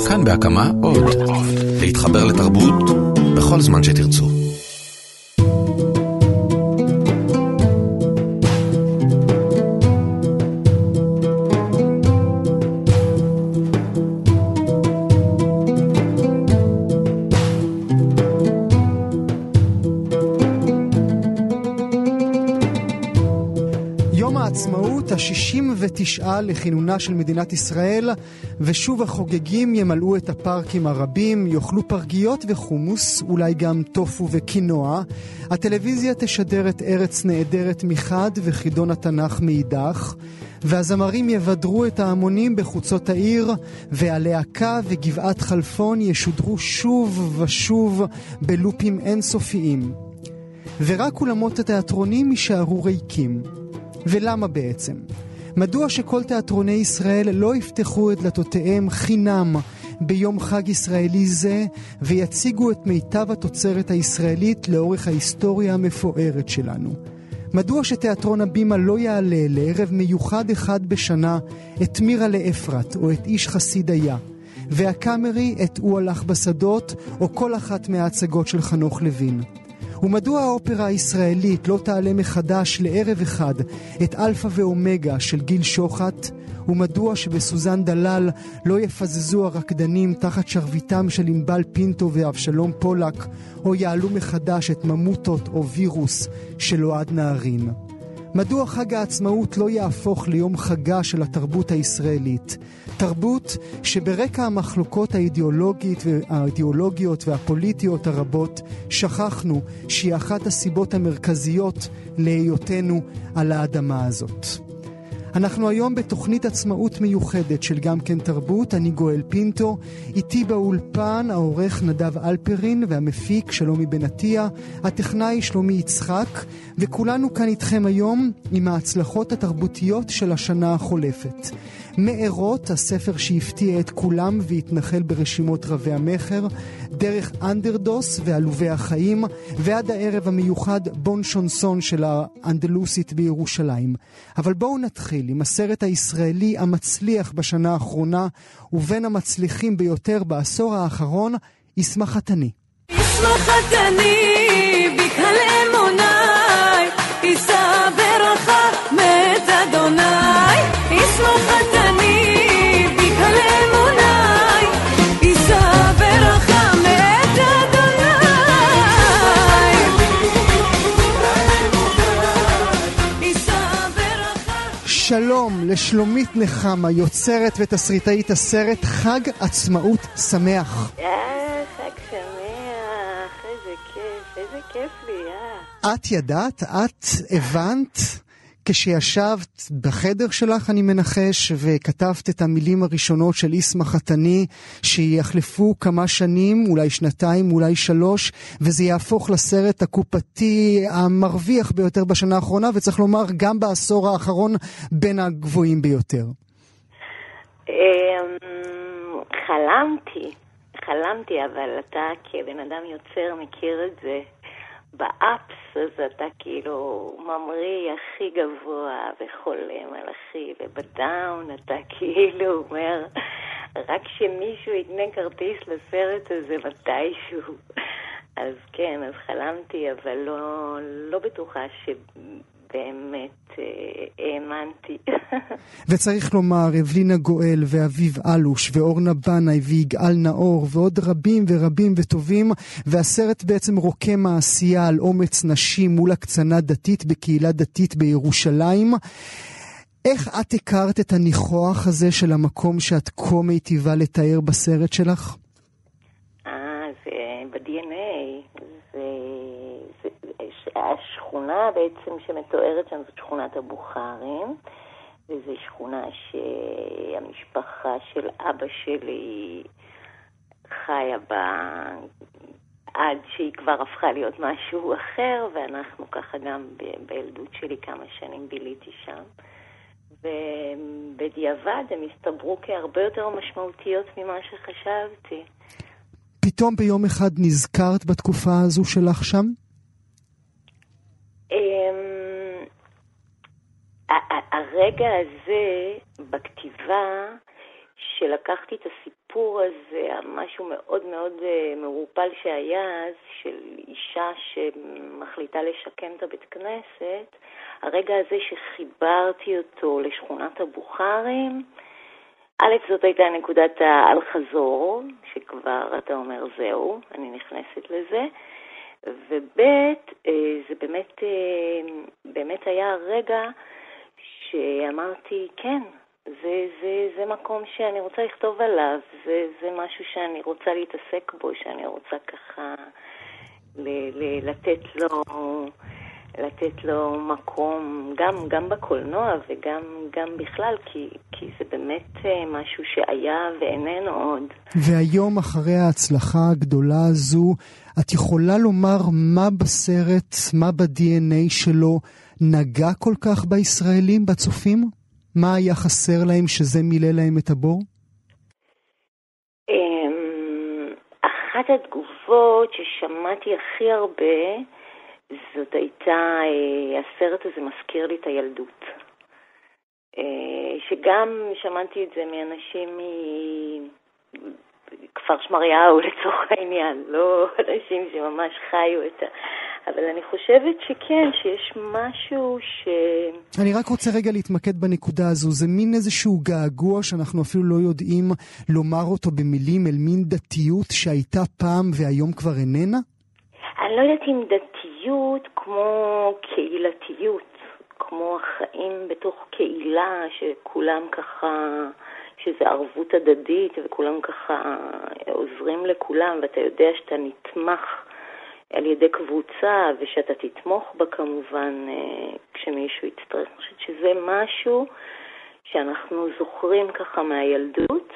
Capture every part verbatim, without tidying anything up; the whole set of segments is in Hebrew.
כאן בהקמה עוד. להתחבר לתרבות בכל זמן שתרצו. ה-שישים ותשע לכינונה של מדינת ישראל, ושוב החוגגים ימלאו את הפארקים הרבים, יאכלו פרגיות וחומוס, אולי גם טופו וקינוע. הטלוויזיה תשדר את ארץ נהדרת מחד וחידון התנ"ך מאידך, והזמרים יבדרו את ההמונים בחוצות העיר, והלהקה וגבעת חלפון ישודרו שוב ושוב בלופים אינסופיים. ורק אולמות התיאטרונים יישארו ריקים. ולמה בעצם? מדוע שכל תיאטרוני ישראל לא יפתחו את דלתותיהם חינם ביום חג ישראלי זה, ויציגו את מיטב התוצרת הישראלית לאורך ההיסטוריה המפוארת שלנו? מדוע שתיאטרון הבימה לא יעלה לערב מיוחד אחד בשנה את מירה לאפרת או את איש חסיד היה, והקאמרי את הוא הלך בשדות או כל אחת מההצגות של חנוך לוין? ומדוע האופרה הישראלית לא תעלה מחדש לערב אחד את אלפא ואומגה של גיל שוחט? ומדוע שבסוזן דלל לא יפזזו הרקדנים תחת שרביטם של ענבל פינטו ואבשלום פולק, או יעלו מחדש את ממוטות או וירוס של אוהד נהרין? מדוע חג העצמאות לא יהפוך ליום חגה של התרבות הישראלית? תרבות שברקע המחלוקות האידיאולוגית והאידיאולוגיות והפוליטיות הרבות שכחנו שהיא אחת הסיבות המרכזיות להיותנו על האדמה הזאת. אנחנו היום בתוכנית עצמאות מיוחדת של גם כן תרבות. אני גואל פינטו, איתי באולפן העורך נדב אלפרין והמפיק שלומי בנתיה, הטכנאי שלומי יצחק, וכולנו כאן איתכם היום עם ההצלחות התרבותיות של השנה החולפת. מארות, הספר שהפתיע את כולם והתנחל ברשימות רבי המחר, דרך אנדרדוס ועלובי החיים, ועד הערב המיוחד בון שונסון של האנדלוסית בירושלים. אבל בואו נתחיל עם הסרט הישראלי המצליח בשנה האחרונה, ובין המצליחים ביותר בעשור האחרון, ישמחתני. ישמחתני בקהל אמוני, יישא ברכה מת אדוני. ישמחתני בקהל אמוני, יישא ברכה מת אדוני. יישא ברכה. שלום לשלומית נחמה, יוצרת ותסריטאית הסרט חג עצמאות שמח. חג שמח, איזה כיף, איזה כיף לי, אה. את ידעת, את הבנת, כשישבת בחדר שלך אני מנחש, וכתבת את המילים הראשונות של ישמחתני, שיחלפו כמה שנים, אולי שנתיים, אולי שלוש, וזה יהפוך לסרט הקופתי המרוויח ביותר בשנה האחרונה, וצריך לומר גם בעשור האחרון בין הגבוהים ביותר. חלמתי. חלמתי, אבל אתה כבן אדם יוצר מכיר את זה. באפס אז אתה כאילו ממריא הכי גבוה וחולם על הכי, ובדאון אתה כאילו אומר רק שמישהו יתנה כרטיס לסרט הזה מתישהו. אז כן, אז חלמתי, אבל לא, לא בטוחה שבאמת אה, האמנתי. וצריך לומר, אבלינה גואל ואביב אלוש ואורנה בנאי ויגאל נאור ועוד רבים ורבים וטובים, והסרט בעצם רוקם העשייה על אומץ נשים מול הקצנה דתית בקהילה דתית בירושלים. איך את הכרת את הניחוח הזה של המקום שאת כה מיטיבה לתאר בסרט שלך? אה, זה ב-די אן איי. זה, זה, השכונה בעצם שמתוארת שם זאת שכונת הבוכרים, וזו שכונה שהמשפחה של אבא שלי חיה בה עד שהיא כבר הפכה להיות משהו אחר, ואנחנו ככה גם בילדות שלי כמה שנים ביליתי שם. ובדיעבד הם הסתברו כהרבה יותר משמעותיות ממה שחשבתי. פתאום ביום אחד נזכרת בתקופה הזו שלך שם? הרגע הזה בכתיבה שלקחתי את הסיפור הזה, משהו מאוד מאוד מעורפל שהיה אז, של אישה שמחליטה לשקם את הבית כנסת, הרגע הזה שחיברתי אותו לשכונת הבוכרים, א', זאת הייתה נקודת האל-חזור, שכבר אתה אומר זהו, אני נכנסת לזה, וב' זה באמת, באמת היה רגע שאמרתי, כן, זה, זה, זה מקום שאני רוצה לכתוב עליו, זה, זה משהו שאני רוצה להתעסק בו, שאני רוצה ככה ל, ל, לתת לו, לתת לו מקום, גם, גם בקולנוע וגם גם בכלל, כי, כי זה באמת משהו שהיה ואיננו עוד. והיום אחרי ההצלחה הגדולה הזו, את יכולה לומר מה בסרט, מה ב-די אן איי שלו נגע כל כך בישראלים, בצופים? מה היה חסר להם שזה מילא להם את הבור? אחת התגובות ששמעתי הכי הרבה, זאת הייתה, הסרט הזה מזכיר לי את הילדות. שגם שמעתי את זה מאנשים מכפר שמריהו לצורך העניין, לא אנשים שממש חיו את ה... אבל אני חושבת שכן, שיש משהו ש... אני רק רוצה רגע להתמקד בנקודה הזו. זה מין איזשהו געגוע שאנחנו אפילו לא יודעים לומר אותו במילים, אל מין דתיות שהייתה פעם והיום כבר איננה? אני לא יודעת אם דתיות כמו קהילתיות, כמו החיים בתוך קהילה שכולם ככה, שזה ערבות הדדית וכולם ככה עוזרים לכולם, ואתה יודע שאתה נתמך על ידי קבוצה, ושאתה תתמוך בה כמובן כשמישהו יצטרך. אני חושבת שזה משהו שאנחנו זוכרים ככה מהילדות,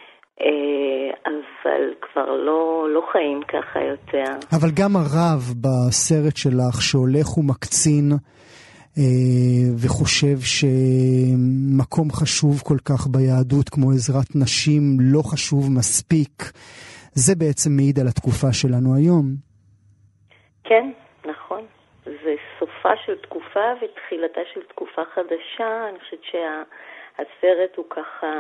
אבל כבר לא, לא חיים ככה יותר. אבל גם הרב בסרט שלך שהולך ומקצין וחושב שמקום חשוב כל כך ביהדות כמו עזרת נשים לא חשוב מספיק, זה בעצם מעיד על התקופה שלנו היום. כן, נכון. זה סופה של תקופה ותחילתה של תקופה חדשה. אני חושבת שהסרט הוא ככה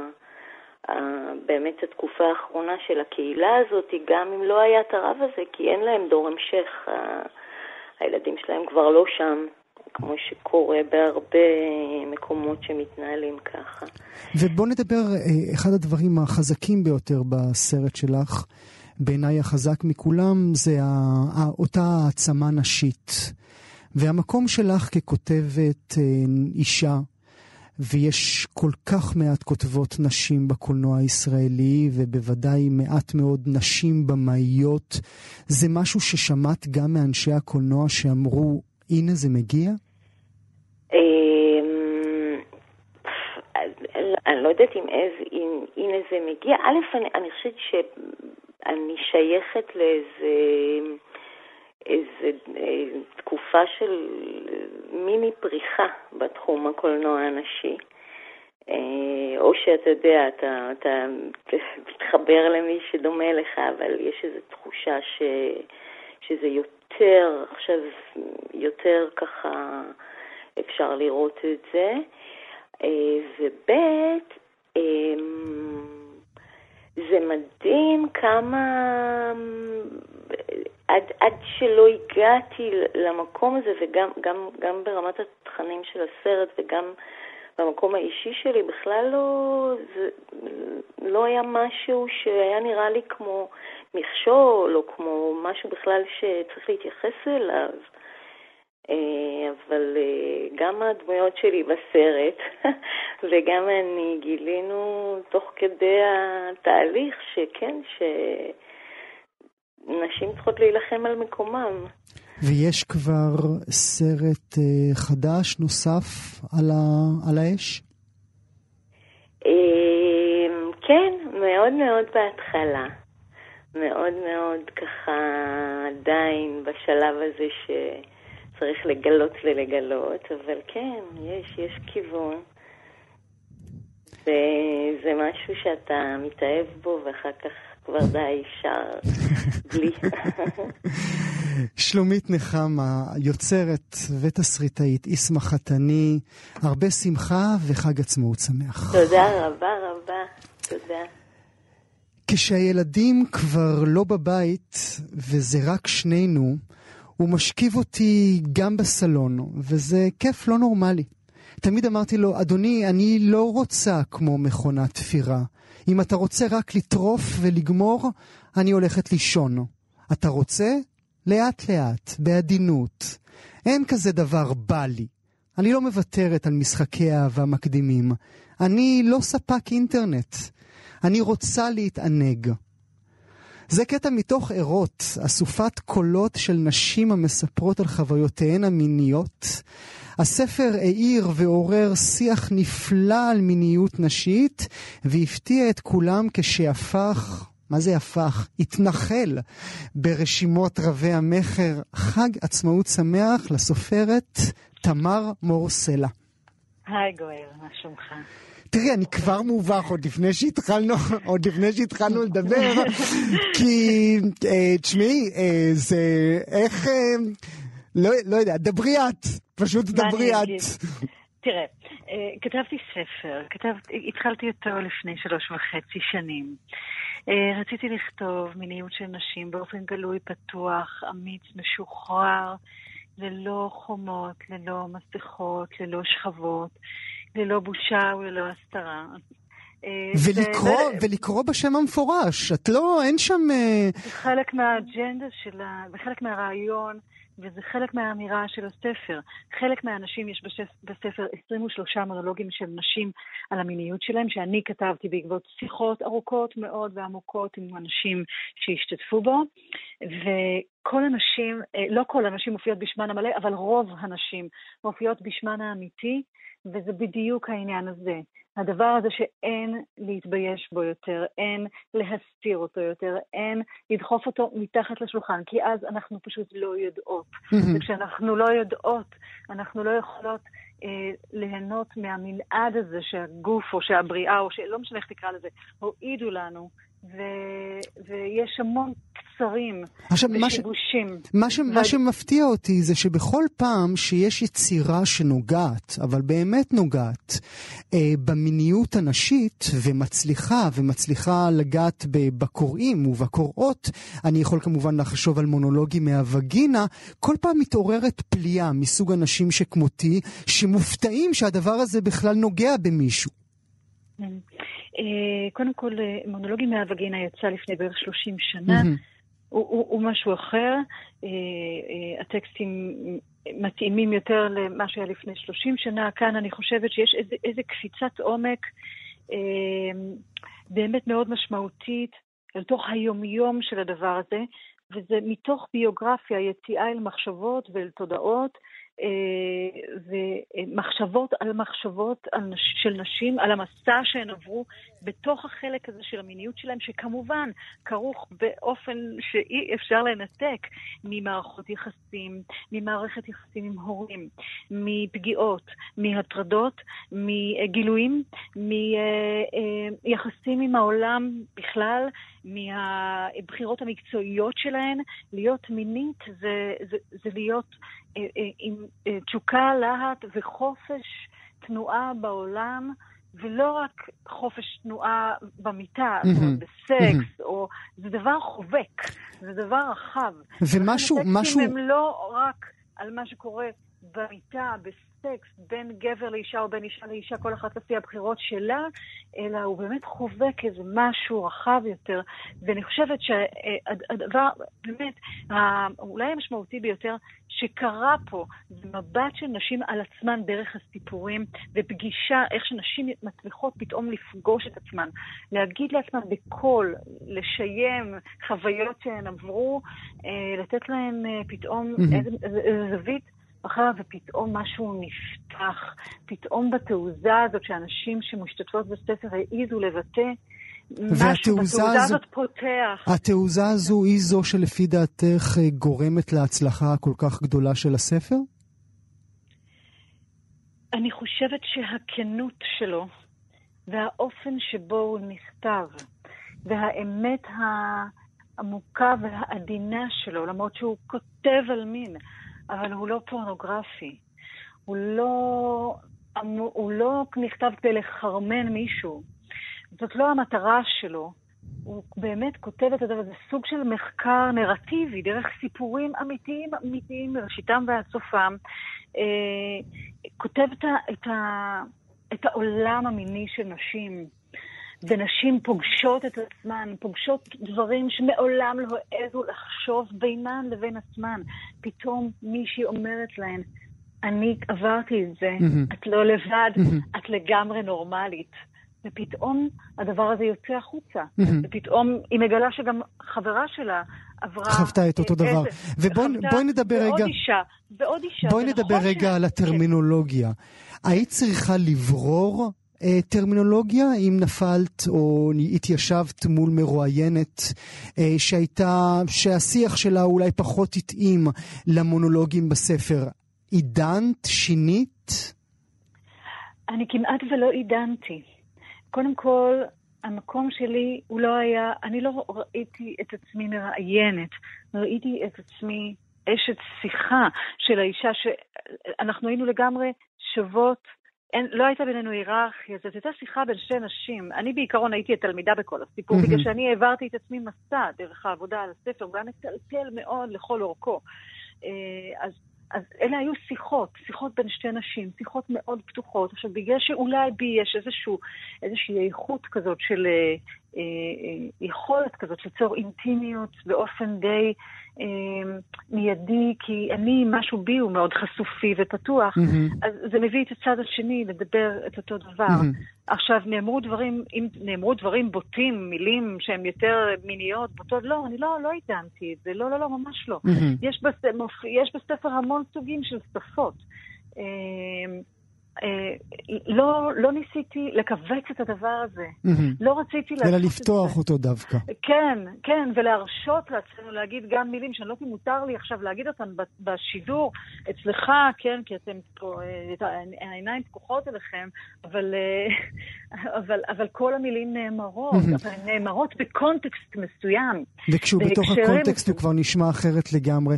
באמת התקופה האחרונה של הקהילה הזאת, גם אם לא היה את הרב הזה, כי אין להם דור המשך. הילדים שלהם כבר לא שם, כמו שקורה בהרבה מקומות שמתנהלים ככה. ובוא נדבר, אחד הדברים החזקים ביותר בסרט שלך, בעיניי החזק מכולם, זה אותה העצמה נשית. והמקום שלך ככותבת אישה, ויש כל כך מעט כותבות נשים בקולנוע הישראלי, ובוודאי מעט מאוד נשים במאיות, זה משהו ששמעת גם מאנשי הקולנוע שאמרו, הנה זה מגיע? אני לא יודעת אם הנה זה מגיע. א', אני חושבת ש... אני שייכת לאיזה איזה, איזה תקופה של מיני פריחה בתחום הקולנוע הנשי. או שאתה יודע, אתה, אתה מתחבר למי שדומה לך, אבל יש איזו תחושה ש, שזה יותר, עכשיו יותר ככה אפשר לראות את זה. ובית, זה מדהים כמה, עד, עד שלא הגעתי למקום הזה, וגם גם, גם ברמת התכנים של הסרט, וגם במקום האישי שלי, בכלל לא, זה, לא היה משהו שהיה נראה לי כמו מכשול, או כמו משהו בכלל שצריך להתייחס אליו. אבל גם הדמויות שלי בסרט וגם אני גילינו תוך כדי התהליך שכן, שנשים צריכות להילחם על מקומם. ויש כבר סרט חדש נוסף על, ה... על האש? כן, מאוד מאוד בהתחלה. מאוד מאוד ככה עדיין בשלב הזה ש... צריך לגלות ולגלות, אבל כן, יש, יש כיוון. וזה משהו שאתה מתאהב בו, ואחר כך כבר די אפשר בלי. שלומית נחמה, יוצרת ותסריטאית, איסמה חתני, הרבה שמחה וחג עצמאות שמח. תודה רבה רבה. תודה. כשהילדים כבר לא בבית וזה רק שנינו, הוא משכיב אותי גם בסלון, וזה כיף לא נורמלי. תמיד אמרתי לו, אדוני, אני לא רוצה כמו מכונת תפירה. אם אתה רוצה רק לטרוף ולגמור, אני הולכת לישון. אתה רוצה? לאט לאט, בעדינות. אין כזה דבר בא לי. אני לא מוותרת על משחקי אהבה מקדימים. אני לא ספק אינטרנט. אני רוצה להתענג. זה קטע מתוך עירות, אסופת קולות של נשים המספרות על חוויותיהן המיניות. הספר העיר ועורר שיח נפלא על מיניות נשית, והפתיע את כולם כשהפך, מה זה הפך? התנחל ברשימות רבי המחר. חג עצמאות שמח לסופרת תמר מור סלע. היי גואל, מה שלומך? תראי, אני כבר מובך עוד לפני שהתחלנו, עוד לפני שהתחלנו לדבר, כי, תשמעי, זה, איך, לא, לא יודע, דברי את, פשוט דברי את. תראה, כתבתי ספר, התחלתי אותו לפני שלוש וחצי שנים. רציתי לכתוב מיניות של נשים באופן גלוי, פתוח, אמיץ, משוחרר, ללא חומות, ללא מסכות, ללא שכבות, ללא בושה וללא הסתרה. ולקרוא, ולקרוא בשם המפורש. את לא, אין שם... זה חלק מהאג'נדה שלה, זה חלק מהרעיון, וזה חלק מהאמירה של הספר. חלק מהאנשים, יש בספר עשרים ושלושה מונולוגים של נשים על המיניות שלהם, שאני כתבתי בעקבות שיחות ארוכות מאוד ועמוקות עם אנשים שהשתתפו בו, וכל הנשים, לא כל הנשים מופיעות בשמן המלא, אבל רוב הנשים מופיעות בשמן האמיתי, וזה בדיוק העניין הזה. הדבר הזה שאין להתבייש בו יותר, אין להסתיר אותו יותר, אין לדחוף אותו מתחת לשולחן, כי אז אנחנו פשוט לא יודעות. וכשאנחנו לא יודעות, אנחנו לא יכולות אה, ליהנות מהמנעד הזה שהגוף או שהבריאה, או שלא משנה איך תקרא לזה, הועידו לנו, ו... ויש המון קצרים ושיבושים. מה, ש... ו... מה שמפתיע אותי זה שבכל פעם שיש יצירה שנוגעת, אבל באמת נוגעת, אה, במיניות הנשית ומצליחה, ומצליחה לגעת בקוראים ובקוראות, אני יכול כמובן לחשוב על מונולוגים מהווגינה, כל פעם מתעוררת פליאה מסוג אנשים שכמותי, שמופתעים שהדבר הזה בכלל נוגע במישהו. קודם כל, מונולוגים מהווגינה יצא לפני בערך שלושים שנה, הוא משהו אחר, הטקסטים מתאימים יותר למה שהיה לפני שלושים שנה, כאן אני חושבת שיש איזה קפיצת עומק באמת מאוד משמעותית אל תוך היומיום של הדבר הזה, וזה מתוך ביוגרפיה, יציאה אל מחשבות ואל תודעות, ומחשבות על מחשבות של נשים, על המסע שהן עברו בתוך החלק הזה של המיניות שלהם, שכמובן כרוך באופן שאי אפשר לנתק ממערכות יחסים, ממערכת יחסים עם הורים, מפגיעות, מהטרדות, מגילויים, מיחסים עם העולם בכלל, מהבחירות המקצועיות שלהן. להיות מינית זה, זה, זה להיות עם תשוקה, להט וחופש תנועה בעולם, ולא רק חופש תנועה במיטה, או בסקס, או זה דבר חובק, זה דבר רחב. ומשהו, משהו... הם לא רק על מה שקורה במיטה, בסקס, בין גבר לאישה או בין אישה לאישה, כל אחת לפי הבחירות שלה, אלא הוא באמת חובק איזה משהו רחב יותר, ואני חושבת שהדבר, באמת, אולי המשמעותי ביותר שקרה פה, זה מבט של נשים על עצמן דרך הסיפורים, ופגישה, איך שנשים מצליחות פתאום לפגוש את עצמן, להגיד לעצמן בקול, לשיים חוויות שהן עברו, לתת להן פתאום איזה זווית, אחר ופתאום משהו נפתח, פתאום בתעוזה הזאת שאנשים שמשתתפות בספר העיזו לבטא, משהו בתעוזה הזאת פותח. התעוזה הזו היא זו שלפי דעתך גורמת להצלחה כל כך גדולה של הספר? אני חושבת שהכנות שלו והאופן שבו הוא נכתב והאמת העמוקה והעדינה שלו, למרות שהוא כותב על מין, אבל הוא לא פורנוגרפי. הוא לא, הוא לא נכתב כדי לחרמן מישהו. זאת לא המטרה שלו. הוא באמת כותב את הדבר, זה סוג של מחקר נרטיבי, דרך סיפורים אמיתיים, אמיתיים, מראשיתם ועד סופם. אה, כותב את, את, ה, את העולם המיני של נשים. ונשים פוגשות את עצמן, פוגשות דברים שמעולם לא העזו לחשוב בינן לבין עצמן. פתאום מישהי אומרת להן, אני עברתי את זה, mm-hmm. את לא לבד, mm-hmm. את לגמרי נורמלית. ופתאום הדבר הזה יוצא החוצה. Mm-hmm. ופתאום היא מגלה שגם חברה שלה עברה... חוותה את אותו איזה, דבר. ובואי נדבר רגע... ועוד אישה, ועוד אישה. בואי נדבר נכון רגע ש... על הטרמינולוגיה. כן. היית צריכה לברור אה, טרמינולוגיה, אם נפלת או התיישבת מול מרואיינת אה, שהייתה, שהשיח שלה אולי פחות התאים למונולוגים בספר. עידנת? שינית? אני כמעט ולא עידנתי. קודם כל, המקום שלי הוא לא היה, אני לא ראיתי את עצמי מראיינת, ראיתי את עצמי אשת שיחה של האישה שאנחנו היינו לגמרי שוות, אין, לא הייתה בינינו היררכיה, זאת הייתה שיחה בין שתי נשים. אני בעיקרון הייתי התלמידה בכל הסיפור, mm-hmm. בגלל שאני העברתי את עצמי מסע דרך העבודה על הספר, והיה מטלטל מאוד לכל אורכו. אז אז אלה היו שיחות, שיחות בין שתי נשים, שיחות מאוד פתוחות. עכשיו, בגלל שאולי בי יש איזשהו, איזושהי איכות כזאת של, אה, אה, יכולת כזאת ליצור אינטימיות באופן די אה, מיידי, כי אני, משהו בי הוא מאוד חשופי ופתוח, mm-hmm. אז זה מביא את הצד השני לדבר את אותו דבר. Mm-hmm. עכשיו, נאמרו דברים, אם נאמרו דברים בוטים, מילים שהן יותר מיניות, בוטות, לא, אני לא, לא עידנתי את זה, לא, לא, לא, ממש לא. Mm-hmm. יש, בס, יש בספר המון סוגים של שפות. אה, אה, לא, לא ניסיתי לקבץ את הדבר הזה. Mm-hmm. לא רציתי אלא לפתוח אותו דווקא. כן, כן, ולהרשות לעצמנו להגיד גם מילים שאני לא יודעת אם מותר לי עכשיו להגיד אותן בשידור אצלך, כן, כי אתם פה, העיניים פקוחות אליכם, אבל, אבל, אבל כל המילים נאמרות, אבל הן נאמרות בקונטקסט מסוים. וכשהוא בתוך הקונטקסט הוא כבר נשמע אחרת לגמרי.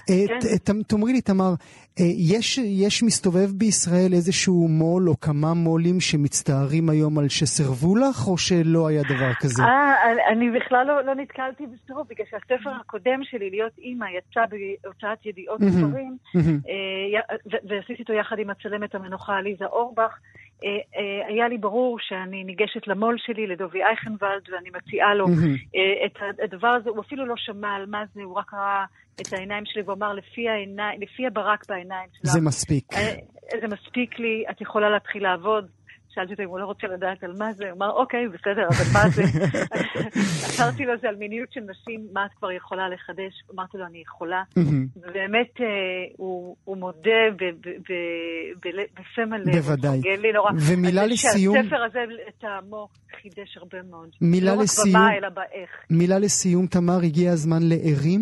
תאמרי לי, תמר, יש, יש מסתובב בישראל איזשהו מול או כמה מולים שמצטערים היום על שסרבו לך, או שלא היה דבר כזה? אה, אני בכלל לא, לא נתקלתי בסרוב, בגלל שהספר הקודם שלי, להיות אימא, יצא בהוצאת ידיעות ספרים, ועשיתי אותו יחד עם הצלמת המנוחה עליזה אורבך. היה לי ברור שאני ניגשת למול שלי, לדובי אייכנוולד, ואני מציעה לו את הדבר הזה. הוא אפילו לא שמע על מה זה, הוא רק ראה את העיניים שלי ואומר, לפי העיניים, לפי הברק בעיניים שלה. זה מספיק. זה מספיק לי, את יכולה להתחיל לעבוד. שאלתי אותו אם הוא לא רוצה לדעת על מה זה, הוא אמר, אוקיי, בסדר, אבל מה זה? אמרתי לו, זה על מיניות של נשים, מה את כבר יכולה לחדש? אמרתי לו, אני יכולה. ובאמת, הוא מודה בפה מלא. בוודאי. ומילה לסיום. שהספר הזה, טעמו, חידש הרבה מאוד. מילה לסיום. לא רק במה, אלא באיך. מילה לסיום, תמר, הגיע הזמן לערים?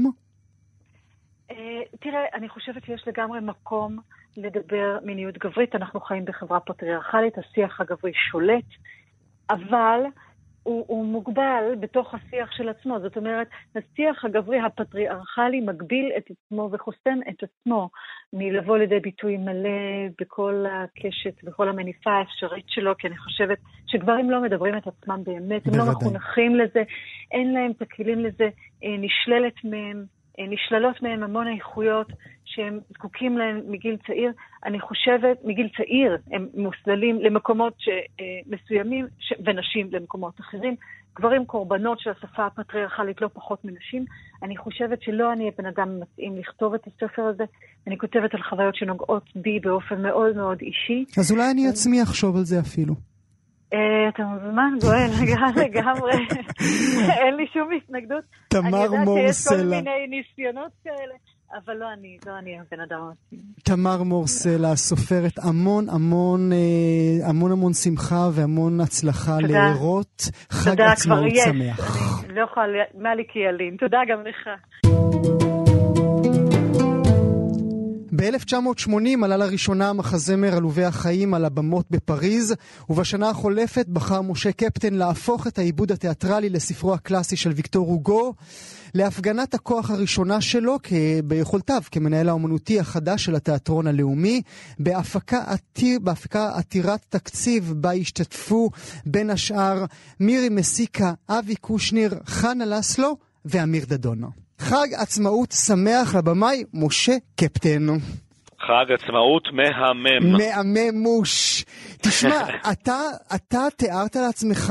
תראה, אני חושבת שיש לגמרי מקום לדבר מיניות גברית. אנחנו חיים בחברה פטריארכלית, השיח הגברי שולט, אבל הוא, הוא מוגבל בתוך השיח של עצמו. זאת אומרת, השיח הגברי הפטריארכלי מגביל את עצמו וחוסם את עצמו מלבוא לידי ביטוי מלא בכל הקשת, בכל המניפה האפשרית שלו, כי אני חושבת שגברים לא מדברים את עצמם באמת, הם לא מחונכים לזה, אין להם את הכלים לזה, נשללת מהם, נשללות מהם המון האיכויות שהם זקוקים להם מגיל צעיר. אני חושבת, מגיל צעיר הם מוסללים למקומות מסוימים, ונשים למקומות אחרים. גברים קורבנות של השפה הפטריארכלית לא פחות מנשים. אני חושבת שלא אני בן אדם מתאים לכתוב את הספר הזה. אני כותבת על חוויות שנוגעות בי באופן מאוד מאוד אישי. אז אולי אני עצמי אחשוב על זה אפילו. אתה מוזמן, גואל, לגמרי. אין לי שום התנגדות. תמר מורסלה. אני יודעת שיש כל מיני ניסיונות כאלה, אבל לא אני, לא אני הבן אדם המתאים. תמר מורסלה, סופרת, המון המון, המון המון שמחה והמון הצלחה להירות. חג עצמאות שמח. אני לא יכולה, מה לי כי ילין. תודה גם לך. ב-אלף תשע מאות שמונים עלה לראשונה מחזמר עלובי החיים על הבמות בפריז, ובשנה החולפת בחר משה קפטן להפוך את העיבוד התיאטרלי לספרו הקלאסי של ויקטור הוגו, להפגנת הכוח הראשונה שלו ביכולתיו כמנהל האומנותי החדש של התיאטרון הלאומי, בהפקה, עתיר, בהפקה עתירת תקציב בה השתתפו בין השאר מירי מסיקה, אבי קושניר, חנה לסלו ואמיר דדון. חג עצמאות שמח לבמאי משה קפטן. חג עצמאות מהמם. מהממוש. תשמע, אתה, אתה תיארת לעצמך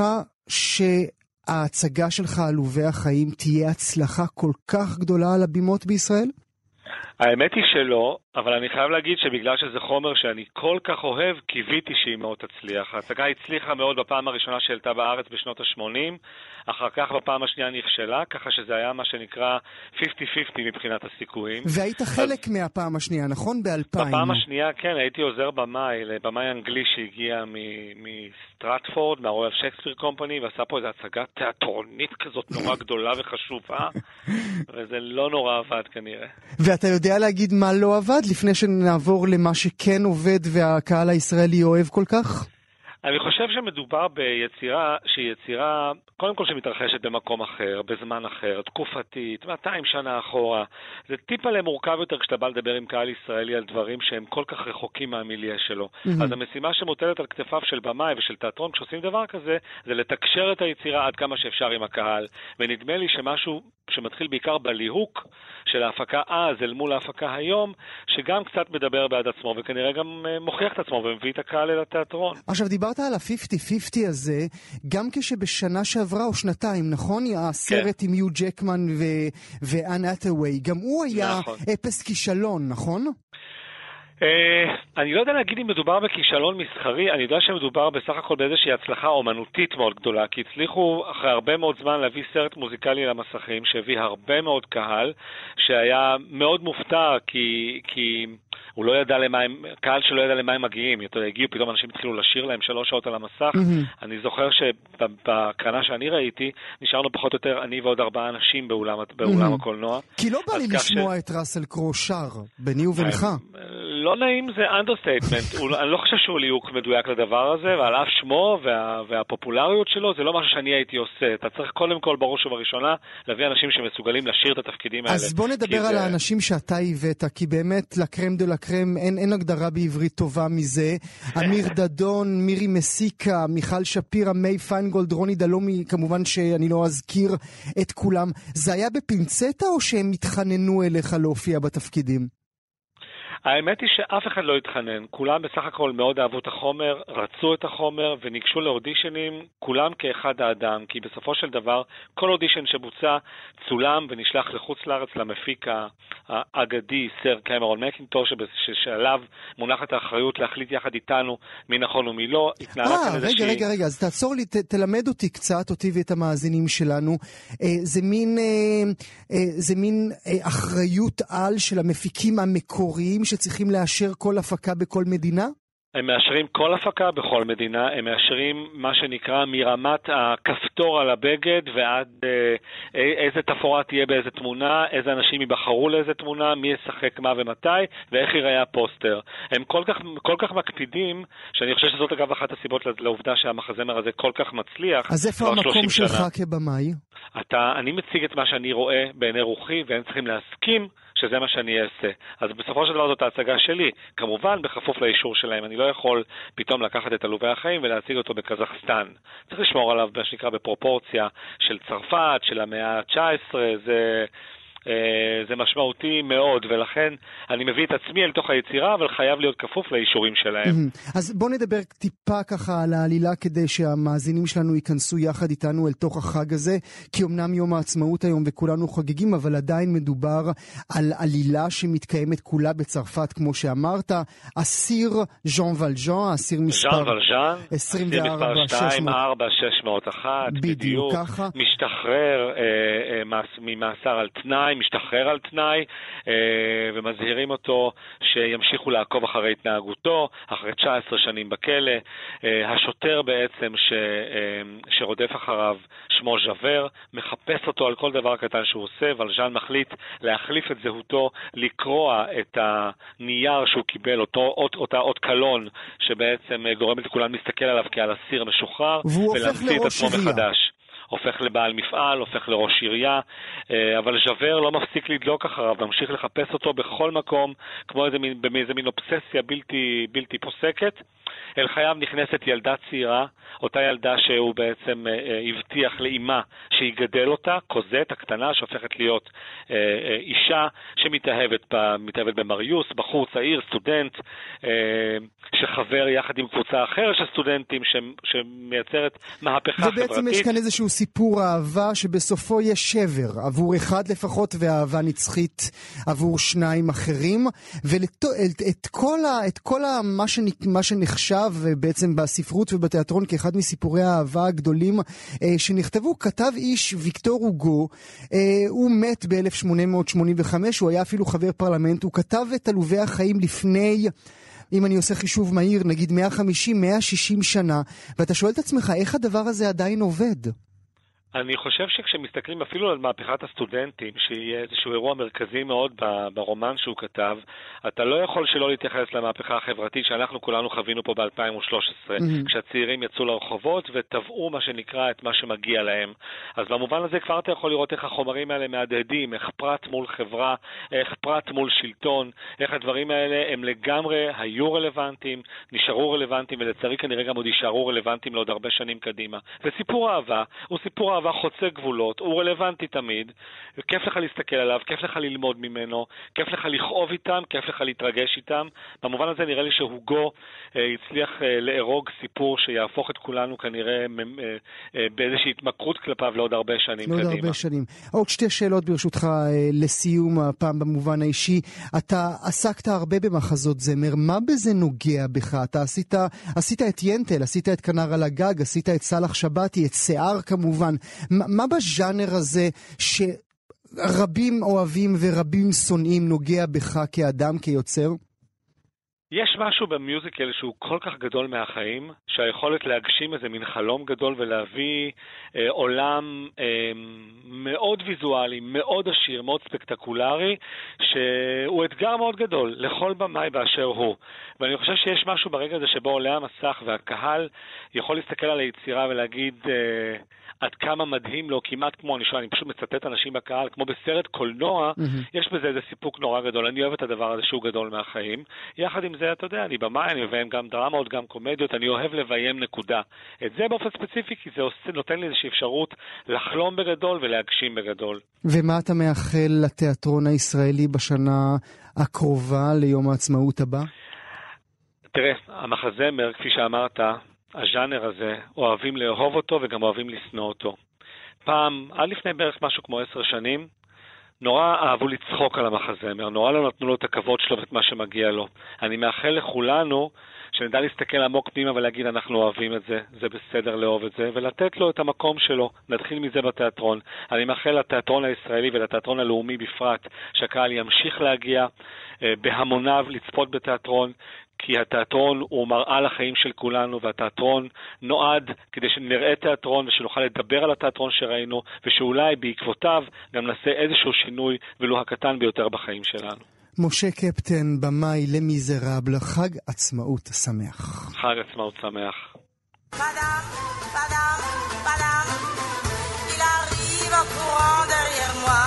שההצגה שלך עלובי החיים תהיה הצלחה כל כך גדולה על הבימות בישראל? האמת היא שלא, אבל אני חייב להגיד שבגלל שזה חומר שאני כל כך אוהב, קיוויתי שהיא מאוד תצליח. ההצגה הצליחה מאוד בפעם הראשונה שהעלתה בארץ בשנות ה-שמונים, אחר כך בפעם השנייה נכשלה, ככה שזה היה מה שנקרא חמישים חמישים מבחינת הסיכויים. והיית חלק אז... מהפעם השנייה, נכון? ב-אלפיים. בפעם השנייה, כן, הייתי עוזר במאי, לבמאי אנגלי שהגיע מסטרטפורד, מהרויאל שייקספיר קומפני, ועשה פה איזו הצגה תיאטרונית כזאת נורא גדולה וחשובה, וזה לא נורא עבד כנראה. ואתה יודע להגיד מה לא עבד, לפני שנעבור למה שכן עובד והקהל הישראלי אוהב כל כך? אני חושב שמדובר ביצירה שהיא יצירה, קודם כל שמתרחשת במקום אחר, בזמן אחר, תקופתית, מאתיים שנה אחורה. זה טיפה למורכב יותר כשאתה בא לדבר עם קהל ישראלי על דברים שהם כל כך רחוקים מהמיליה שלו. Mm-hmm. אז המשימה שמוטלת על כתפיו של במאי ושל תיאטרון, כשעושים דבר כזה, זה לתקשר את היצירה עד כמה שאפשר עם הקהל. ונדמה לי שמשהו שמתחיל בעיקר בליהוק של ההפקה אז אל מול ההפקה היום, שגם קצת מדבר בעד עצמו, וכנראה גם מוכיח את עצמו ומביא את הקהל אל התיאטרון. עכשיו דיברת על ה-חמישים חמישים הזה, גם כשבשנה שעברה או שנתיים, נכון? הסרט עם יו ג'קמן ואן האת'ווי, גם הוא היה אפס כישלון, נכון? אני לא יודע להגיד אם מדובר בכישלון מסחרי, אני יודע שמדובר בסך הכל באיזושהי הצלחה אומנותית מאוד גדולה, כי הצליחו אחרי הרבה מאוד זמן להביא סרט מוזיקלי למסכים, שהביא הרבה מאוד קהל, שהיה מאוד מופתע, כי... כי הוא לא ידע למה הם, קהל שלא ידע למה הם מגיעים, יותר הגיעו, פתאום אנשים התחילו לשיר להם שלוש שעות על המסך. Mm-hmm. אני זוכר שבקרנה שאני ראיתי, נשארנו פחות או יותר אני ועוד ארבעה אנשים באולם, באולם mm-hmm. הקולנוע. כי לא בא לי לשמוע ש... את ראסל קרו שר, ביני ובינך. לא נעים, זה אנדרסטייטמנט. אני לא חושב שהוא ליהוק מדויק לדבר הזה, ועל אף שמו וה, והפופולריות שלו, זה לא משהו שאני הייתי עושה. אתה צריך קודם כל בראש ובראשונה להביא אנשים שמסוגלים לשיר את התפקידים האלה. אז בוא נדבר על זה... האנשים שאתה הבאת, כי באמת לקרם דו לקרם אין, אין הגדרה בעברית טובה מזה. אמיר דדון, מירי מסיקה, מיכל שפירה, מי פיינגולד, רוני דלומי, כמובן שאני לא אזכיר את כולם. זה היה בפינצטה או שהם התחננו אליך להופיע בתפקידים? האמת היא שאף אחד לא התחנן, כולם בסך הכל מאוד אהבו את החומר, רצו את החומר וניגשו לאודישנים, כולם כאחד האדם, כי בסופו של דבר כל אודישן שבוצע צולם ונשלח לחוץ לארץ למפיק האגדי סר קמרון מקינטוש, שעליו מונחת האחריות להחליט יחד איתנו מי נכון ומי לא. אה, רגע, שהיא... רגע, רגע, אז תעצור לי, ת, תלמד אותי קצת, אותי ואת המאזינים שלנו. אה, זה מין, אה, אה, זה מין אה, אחריות על של המפיקים המקוריים שצריכים לאשר כל הפקה בכל מדינה? הם מאשרים כל הפקה בכל מדינה, הם מאשרים מה שנקרא מרמת הכפתור על הבגד ועד אה, איזה תפאורה תהיה באיזה תמונה, איזה אנשים ייבחרו לאיזה תמונה, מי ישחק מה ומתי, ואיך ייראה הפוסטר. הם כל כך, כל כך מקפידים, שאני חושב שזאת אגב אחת הסיבות לעובדה שהמחזמר הזה כל כך מצליח. אז איפה המקום שלך כבמאי? אתה, אני מציג את מה שאני רואה בעיני רוחי, והם צריכים להסכים שזה מה שאני אעשה. אז בסופו של דבר זאת ההצגה שלי, כמובן בכפוף לאישור שלהם. אני לא יכול פתאום לקחת את עלובי החיים ולהציג אותו בקזחסטן. צריך לשמור עליו מה שנקרא בפרופורציה של צרפת, של המאה ה-תשע עשרה, זה... זה משמעותי מאוד, ולכן אני מביא את עצמי אל תוך היצירה, אבל חייב להיות כפוף לאישורים שלהם. אז בוא נדבר טיפה ככה על העלילה, כדי שהמאזינים שלנו ייכנסו יחד איתנו אל תוך החג הזה, כי אמנם יום העצמאות היום וכולנו חוגגים, אבל עדיין מדובר על עלילה שמתקיימת כולה בצרפת, כמו שאמרת, אסיר ז'אן ולז'אן, אסיר מספר עשרים וארבע שש מאות ואחת, בדיוק ככה, משתחרר ממאסר על תנאי, תנאי, משתחרר על תנאי, ומזהירים אותו שימשיכו לעקוב אחרי התנהגותו, אחרי תשע עשרה שנים בכלא. השוטר בעצם ש, שרודף אחריו, שמו ז'אבר, מחפש אותו על כל דבר קטן שהוא עושה, ולז'אן מחליט להחליף את זהותו, לקרוע את הנייר שהוא קיבל, אותו, אות, אותה אות קלון, שבעצם גורמת לכולם להסתכל עליו כעל אסיר משוחרר, ולהמציא את עצמו מחדש. הופך לבעל מפעל, הופך לראש עירייה, אבל ז'אבר לא מפסיק לדלוק אחריו, ממשיך לחפש אותו בכל מקום, כמו איזה מין, באיזה מין אובססיה בלתי, בלתי פוסקת. אל חייו נכנסת ילדה צעירה, אותה ילדה שהוא בעצם הבטיח לאימה שיגדל אותה, קוזט הקטנה שהופכת להיות אישה שמתאהבת מתאהבת במריוס, בחור צעיר, סטודנט, שחבר יחד עם קבוצה אחרת של סטודנטים שמייצרת מהפכה חברתית. ובעצם יש כאן איזשהו סיפור אהבה שבסופו יש שבר, עבור אחד לפחות ואהבה נצחית עבור שניים אחרים, ואת כל, את כל מה, שנ, מה שנחשב בעצם בספרות ובתיאטרון כאחד מסיפורי האהבה הגדולים אה, שנכתבו, כתב איש ויקטור הוגו, אה, הוא מת ב-אלף שמונה מאות שמונים וחמש, הוא היה אפילו חבר פרלמנט, הוא כתב את עלובי החיים לפני, אם אני עושה חישוב מהיר, נגיד מאה וחמישים עד מאה ושישים שנה, ואתה שואל את עצמך, איך הדבר הזה עדיין עובד? אני חושב שכשמסתכלים אפילו על מהפכת הסטודנטים, שהיא איזשהו אירוע מרכזי מאוד ברומן שהוא כתב, אתה לא יכול שלא להתייחס למהפכה החברתית שאנחנו כולנו חווינו פה ב-אלפיים ושלוש עשרה, mm-hmm. כשהצעירים יצאו לרחובות וטבעו מה שנקרא את מה שמגיע להם. אז במובן הזה כבר אתה יכול לראות איך החומרים האלה מהדהדים, איך פרט מול חברה, איך פרט מול שלטון, איך הדברים האלה הם לגמרי היו רלוונטיים, נשארו רלוונטיים, ולצערי כנראה גם עוד יישארו רלוונטיים לעוד הרבה שנים קדימה. וסיפור אהבה הוא סיפור אהבה חוצה גבולות, הוא רלוונטי תמיד, וכיף לך להסתכל עליו, כיף לך ללמוד ממנו, כיף לך לכאוב איתם, כיף לך להתרגש איתם. במובן הזה נראה לי שהוגו אה, הצליח אה, לארוג סיפור שיהפוך את כולנו כנראה אה, אה, באיזושהי התמכרות כלפיו לעוד הרבה שנים לעוד קדימה. הרבה שנים. עוד שתי שאלות ברשותך אה, לסיום הפעם במובן האישי. אתה עסקת הרבה במחזות זמר, מה בזה נוגע בך? אתה עשית, עשית את ינטל, עשית את כנר על הגג, עשית את סלח שבתי, את שיער כמובן. מה בז'אנר הזה שרבים אוהבים ורבים שונאים נוגע בך כאדם, כיוצר? יש משהו במיוזיקל שהוא כל כך גדול מהחיים, שהיכולת להגשים איזה מין חלום גדול ולהביא אה, עולם אה, מאוד ויזואלי, מאוד עשיר, מאוד ספקטקולרי, שהוא אתגר מאוד גדול לכל במאי באשר הוא. ואני חושב שיש משהו ברגע הזה שבו עולה המסך והקהל יכול להסתכל על היצירה ולהגיד אה, עד כמה מדהים לו, כמעט כמו, אני, שואל, אני פשוט מצטט אנשים בקהל, כמו בסרט קולנוע, mm-hmm. יש בזה איזה סיפוק נורא גדול. אני אוהב את הדבר הזה שהוא גדול מהחיים. יחד עם זה, אתה יודע, אני במאי, אני מביים גם דרמות, גם קומדיות, אני אוהב לביים נקודה. את זה באופן ספציפי, כי זה עושה, נותן לי איזושהי אפשרות לחלום בגדול ולהגשים בגדול. ומה אתה מאחל לתיאטרון הישראלי בשנה הקרובה ליום העצמאות הבא? תראה, המחזמר, כפי שאמרת, הז'אנר הזה, אוהבים לאהוב אותו וגם אוהבים לשנוא אותו. פעם, עד לפני בערך משהו כמו עשר שנים, נורא אהבו לצחוק על המחזמר, נורא לא נתנו לו את הכבוד שלו ואת מה שמגיע לו. אני מאחל לכולנו שנדע להסתכל עמוק פנימה ולהגיד אנחנו אוהבים את זה, זה בסדר לאהוב את זה, ולתת לו את המקום שלו. נתחיל מזה בתיאטרון. אני מאחל לתיאטרון הישראלי ולתיאטרון הלאומי בפרט, שהקהל ימשיך להגיע אה, בהמוניו לצפות בתיאטרון, כי התיאטרון הוא מראה לחיים של כולנו, והתיאטרון נועד כדי שנראה תיאטרון ושנוכל לדבר על התיאטרון שראינו, ושאולי בעקבותיו גם נעשה איזשהו שינוי, ולו הקטן ביותר בחיים שלנו. משה קפטן, במאי למיזרבל, חג עצמאות שמח. חג עצמאות שמח. Padam, padam, padam, il arrive en courant derrière moi.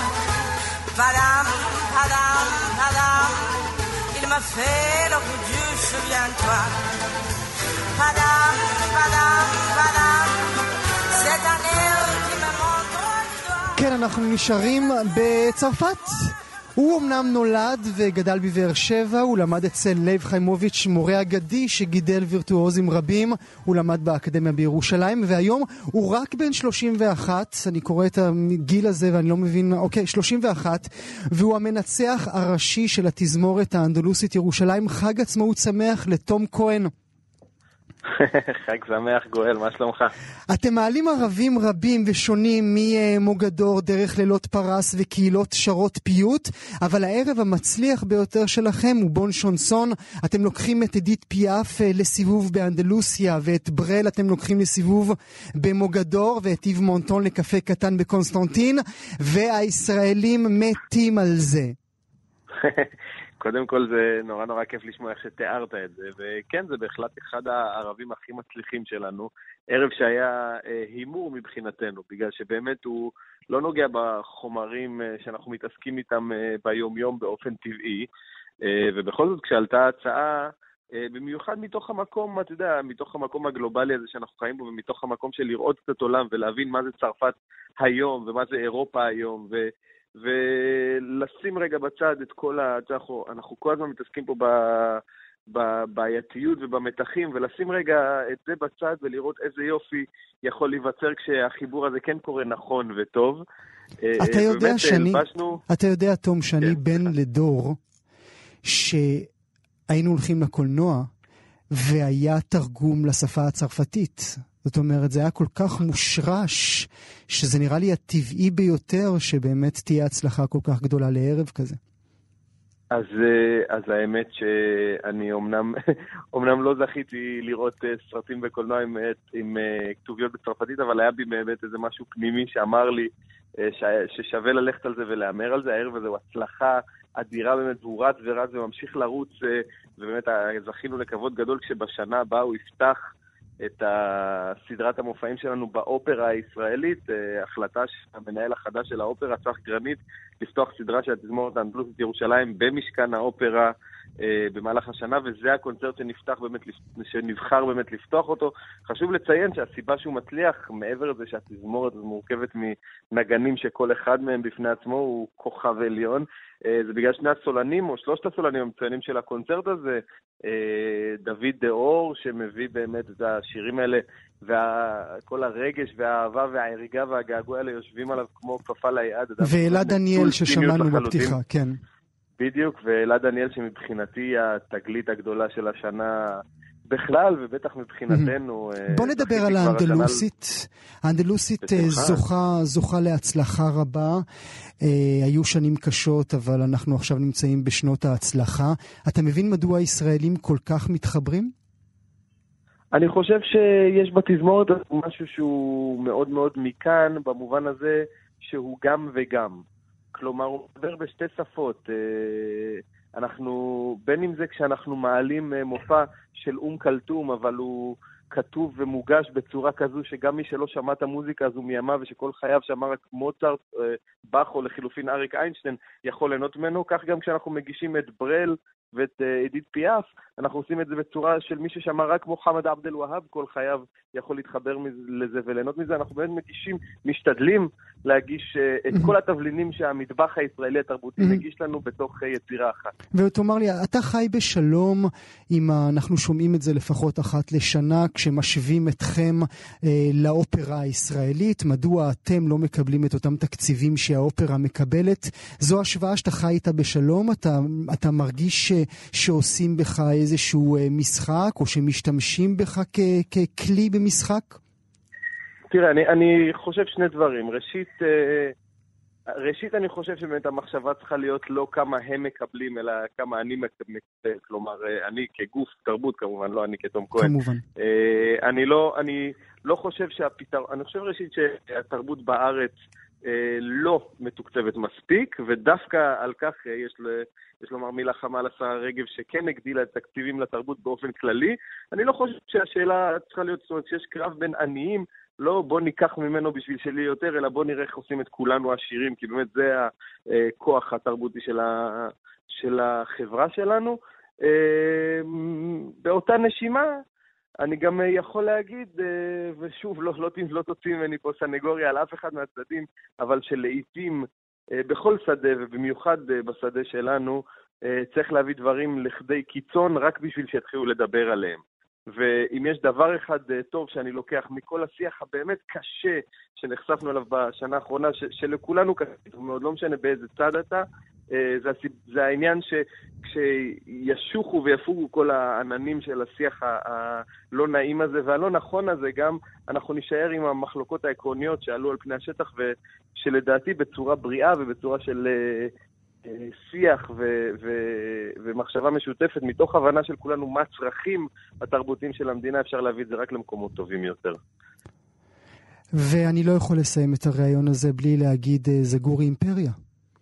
Padam, padam, padam, il m'a fait le coup de Dieu, souviens-toi. Padam, padam, padam, c'est un air qui me montre du doigt. כן, אנחנו נשארים בצרפת. הוא אמנם נולד וגדל בבאר שבע, הוא למד אצל לייב חיימוביץ', מורה אגדי שגידל וירטואוזים רבים, הוא למד באקדמיה בירושלים, והיום הוא רק בן שלושים ואחת, אני קורא את הגיל הזה ואני לא מבין, אוקיי, שלושים ואחת, והוא המנצח הראשי של התזמורת האנדלוסית ירושלים. חג עצמאות שמח לתום כהן. חג שמח גואל, מה שלומך? אתם מעלים ערבים רבים ושונים ממוגדור דרך לילות פרס וקהילות שרות פיוט, אבל הערב המצליח ביותר שלכם הוא בון שונסון. אתם לוקחים את אדית פיאף לסיבוב באנדלוסיה, ואת ברל אתם לוקחים לסיבוב במוגדור, ואת איב מונטון לקפה קטן בקונסטנטין, והישראלים מתים על זה. קודם כל זה נורא נורא כיף לשמוע איך שתיארת את זה, וכן, זה בהחלט אחד הערבים הכי מצליחים שלנו, ערב שהיה אה, הימור מבחינתנו, בגלל שבאמת הוא לא נוגע בחומרים אה, שאנחנו מתעסקים איתם אה, ביום יום באופן טבעי, אה, ובכל זאת כשעלתה הצעה, אה, במיוחד מתוך המקום, אתה יודע, מתוך המקום הגלובלי הזה שאנחנו חיים בו, ומתוך המקום של לראות קצת עולם ולהבין מה זה צרפת היום, ומה זה אירופה היום, ו... ולשים רגע בצד את כל ה... אנחנו, אנחנו כל הזמן מתעסקים פה בבעייתיות ובמתחים, ולשים רגע את זה בצד ולראות איזה יופי יכול להיווצר כשהחיבור הזה כן קורה נכון וטוב. אתה יודע שאני, הלבשנו... אתה יודע, תום, שאני כן. בן לדור שהיינו הולכים לקולנוע והיה תרגום לשפה הצרפתית. זאת אומרת, זה היה כל כך מושרש, שזה נראה לי הטבעי ביותר שבאמת תהיה הצלחה כל כך גדולה לערב כזה. אז, אז האמת שאני אומנם, אומנם לא זכיתי לראות סרטים בקולנוע עם, עם כתוביות בצרפתית, אבל היה בי באמת איזה משהו פנימי שאמר לי ש, ששווה ללכת על זה ולאמר על זה. הערב הזה הוא הצלחה אדירה באמת, והוא רץ ורץ וממשיך לרוץ, ובאמת זכינו לכבוד גדול כשבשנה הבאה הוא יפתח את סדרת המופעים שלנו באופרה הישראלית, החלטה של המנהל החדש של האופרה, צח גרנית, לפתוח סדרה של התזמורת האנדלוסית ירושלים במשכן האופרה במהלך השנה, וזה הקונצרט שנפתח באמת, שנבחר באמת לפתוח אותו. חשוב לציין שהסיבה שהוא מצליח, מעבר לזה שהתזמורת מורכבת מנגנים שכל אחד מהם בפני עצמו הוא כוכב עליון, זה בגלל שני הסולנים, או שלושת הסולנים המצוינים של הקונצרט הזה, דוד דאור, שמביא באמת את השירים האלה, וכל הרגש והאהבה וההריגה והגעגוע האלה יושבים עליו כמו כפפה ליד. ואלעד דניאל ששמענו בפתיחה, כן. בדיוק, ואלעד דניאל שמבחינתי היא התגלית הגדולה של השנה בכלל, ובטח מבחינתנו. בוא נדבר על האנדלוסית. האנדלוסית זוכה, זוכה להצלחה רבה. היו שנים קשות, אבל אנחנו עכשיו נמצאים בשנות ההצלחה. אתה מבין מדוע הישראלים כל כך מתחברים? אני חושב שיש בתזמורת משהו שהוא מאוד מאוד מכאן, במובן הזה שהוא גם וגם. כלומר, הוא מדבר בשתי שפות. אנחנו, בין אם זה כשאנחנו מעלים מופע של אום כלתום, אבל הוא כתוב ומוגש בצורה כזו שגם מי שלא שמע את המוזיקה הזו מימה ושכל חייו שמע רק מוצרט, באך או לחילופין אריק איינשטיין יכול ליהנות ממנו, כך גם כשאנחנו מגישים את ברל ואת אדית פיאף, אנחנו עושים את זה בצורה של מי ששמע רק מוחמד עבד אל והאב כל חייו יכול להתחבר לזה וליהנות מזה. אנחנו באמת מגישים, משתדלים להגיש את כל התבלינים שהמטבח הישראלי התרבותי מגיש לנו בתוך יצירה אחת. ותאמר לי, אתה חי בשלום עם, אנחנו שומעים את זה לפחות אחת לשנה, כשמשווים אתכם אה, לאופרה הישראלית, מדוע אתם לא מקבלים את אותם תקציבים שהאופרה מקבלת? זו השוואה שאתה חי איתה בשלום? אתה, אתה מרגיש ש, שעושים בך איזשהו אה, משחק, או שמשתמשים בך כ, ככלי במשחק? תראה, אני, אני חושב שני דברים. ראשית, אה, ראשית אני חושב שבאמת המחשבה צריכה להיות לא כמה הם מקבלים, אלא כמה אני מקבל. כלומר, אני כגוף תרבות כמובן, לא אני כתום כהן. כמובן. אני לא, אני לא חושב שהפתרון, אני חושב ראשית שהתרבות בארץ לא מתוקצבת מספיק, ודווקא על כך יש, יש לומר מילה חמה לשרה רגב שכן הגדילה את תקציבים לתרבות באופן כללי. אני לא חושב שהשאלה צריכה להיות, זאת אומרת, שיש קרב בין עניים, לא בוא ניקח ממנו בשביל שלי יותר, אלא בוא נראה איך עושים את כולנו עשירים, כי באמת זה הכוח התרבותי של, ה, של החברה שלנו. באותה נשימה, אני גם יכול להגיד, ושוב, לא, לא, לא תוציא ממני פה סנגוריה על אף אחד מהצדדים, אבל שלעיתים בכל שדה, ובמיוחד בשדה שלנו, צריך להביא דברים לכדי קיצון רק בשביל שיתחילו לדבר עליהם. ואם יש דבר אחד טוב שאני לוקח מכל השיח הבאמת קשה שנחשפנו עליו בשנה האחרונה, ש- שלכולנו קשה, מאוד לא משנה באיזה צד אתה, זה, זה העניין שכשישוחו ויפוגו כל העננים של השיח הלא נעים הזה והלא נכון הזה, גם אנחנו נשאר עם המחלוקות העקרוניות שעלו על פני השטח, ושלדעתי בצורה בריאה ובצורה של שיח ו- ו- ומחשבה משותפת, מתוך הבנה של כולנו מה צרכים התרבותיים של המדינה, אפשר להביא את זה רק למקומות טובים יותר. ואני לא יכול לסיים את הרעיון הזה בלי להגיד זגורי אימפריה.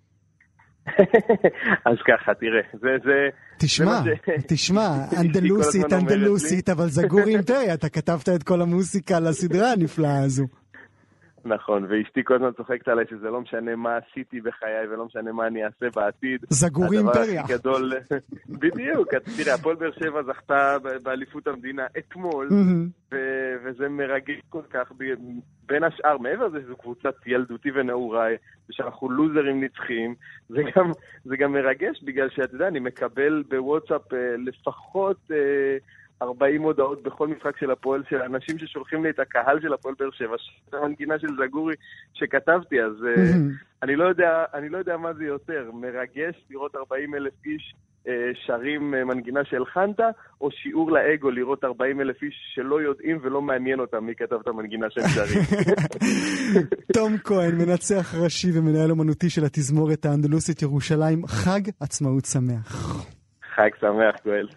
אז ככה, תראה, זה... זה תשמע, זה תשמע, אנדלוסית, אנדלוסית, אבל זגורי אימפריה, אתה כתבת את כל המוסיקה לסדרה הנפלאה הזו. נכון, ואשתי כל הזמן צוחקת עליי שזה לא משנה מה עשיתי בחיי ולא משנה מה אני אעשה בעתיד. זגורי אימפריה. הדבר הכי גדול, בדיוק, תראה, הפועל באר שבע זכתה באליפות המדינה אתמול, וזה מרגש כל כך, בין השאר, מעבר לזה שזו קבוצת ילדותי ונעורה, ושאנחנו לוזרים נצחים, זה גם, זה גם מרגש, בגלל שאתה יודע, אני מקבל בוואטסאפ לפחות ארבעים הודעות בכל משחק של הפועל, של אנשים ששולחים לי את הקהל של הפועל באר שבע, של המנגינה של זגורי שכתבתי, אז אני לא יודע, אני לא יודע מה זה יותר, מרגש לראות ארבעים אלף איש שרים מנגינה של חנטה, או שיעור לאגו לראות ארבעים אלף איש שלא יודעים ולא מעניין אותם מי כתב את המנגינה של שרים. תום כהן, מנצח ראשי ומנהל אומנותי של התזמורת האנדלוסית ירושלים, חג עצמאות שמח. חג שמח, גואל.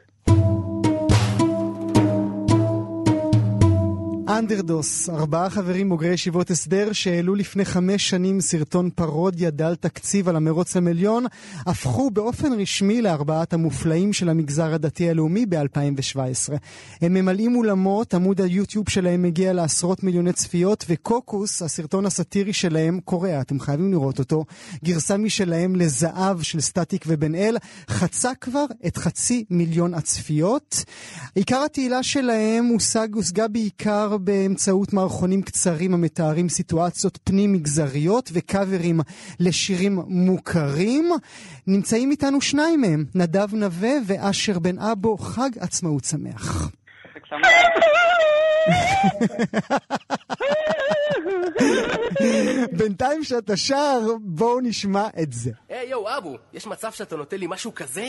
אנדרדוס, ארבעה חברים בוגרי ישיבות הסדר שהעלו לפני חמש שנים סרטון פרודיה דל תקציב על המרוץ למיליון, הפכו באופן רשמי לארבעת המופלאים של המגזר הדתי הלאומי ב-אלפיים שבע עשרה. הם ממלאים אולמות, עמוד היוטיוב שלהם מגיע לעשרות מיליוני צפיות, וקוקוס, הסרטון הסאטירי שלהם, קורא, אתם חייבים לראות אותו, גרסה משלהם לזהב של סטטיק ובן אל, חצה כבר את חצי מיליון הצפיות. עיקר התהילה שלהם הושג, הושגה בעיקר באמצעות מערכונים קצרים המתארים סיטואציות פנים מגזריות וקאברים לשירים מוכרים. נמצאים איתנו שניים מהם, נדב נווה ואשר בן אבו. חג עצמאות שמח. בינתיים שאתה שר, בואו נשמע את זה. היי יו אבו, יש מצב שאתה נותן לי משהו כזה?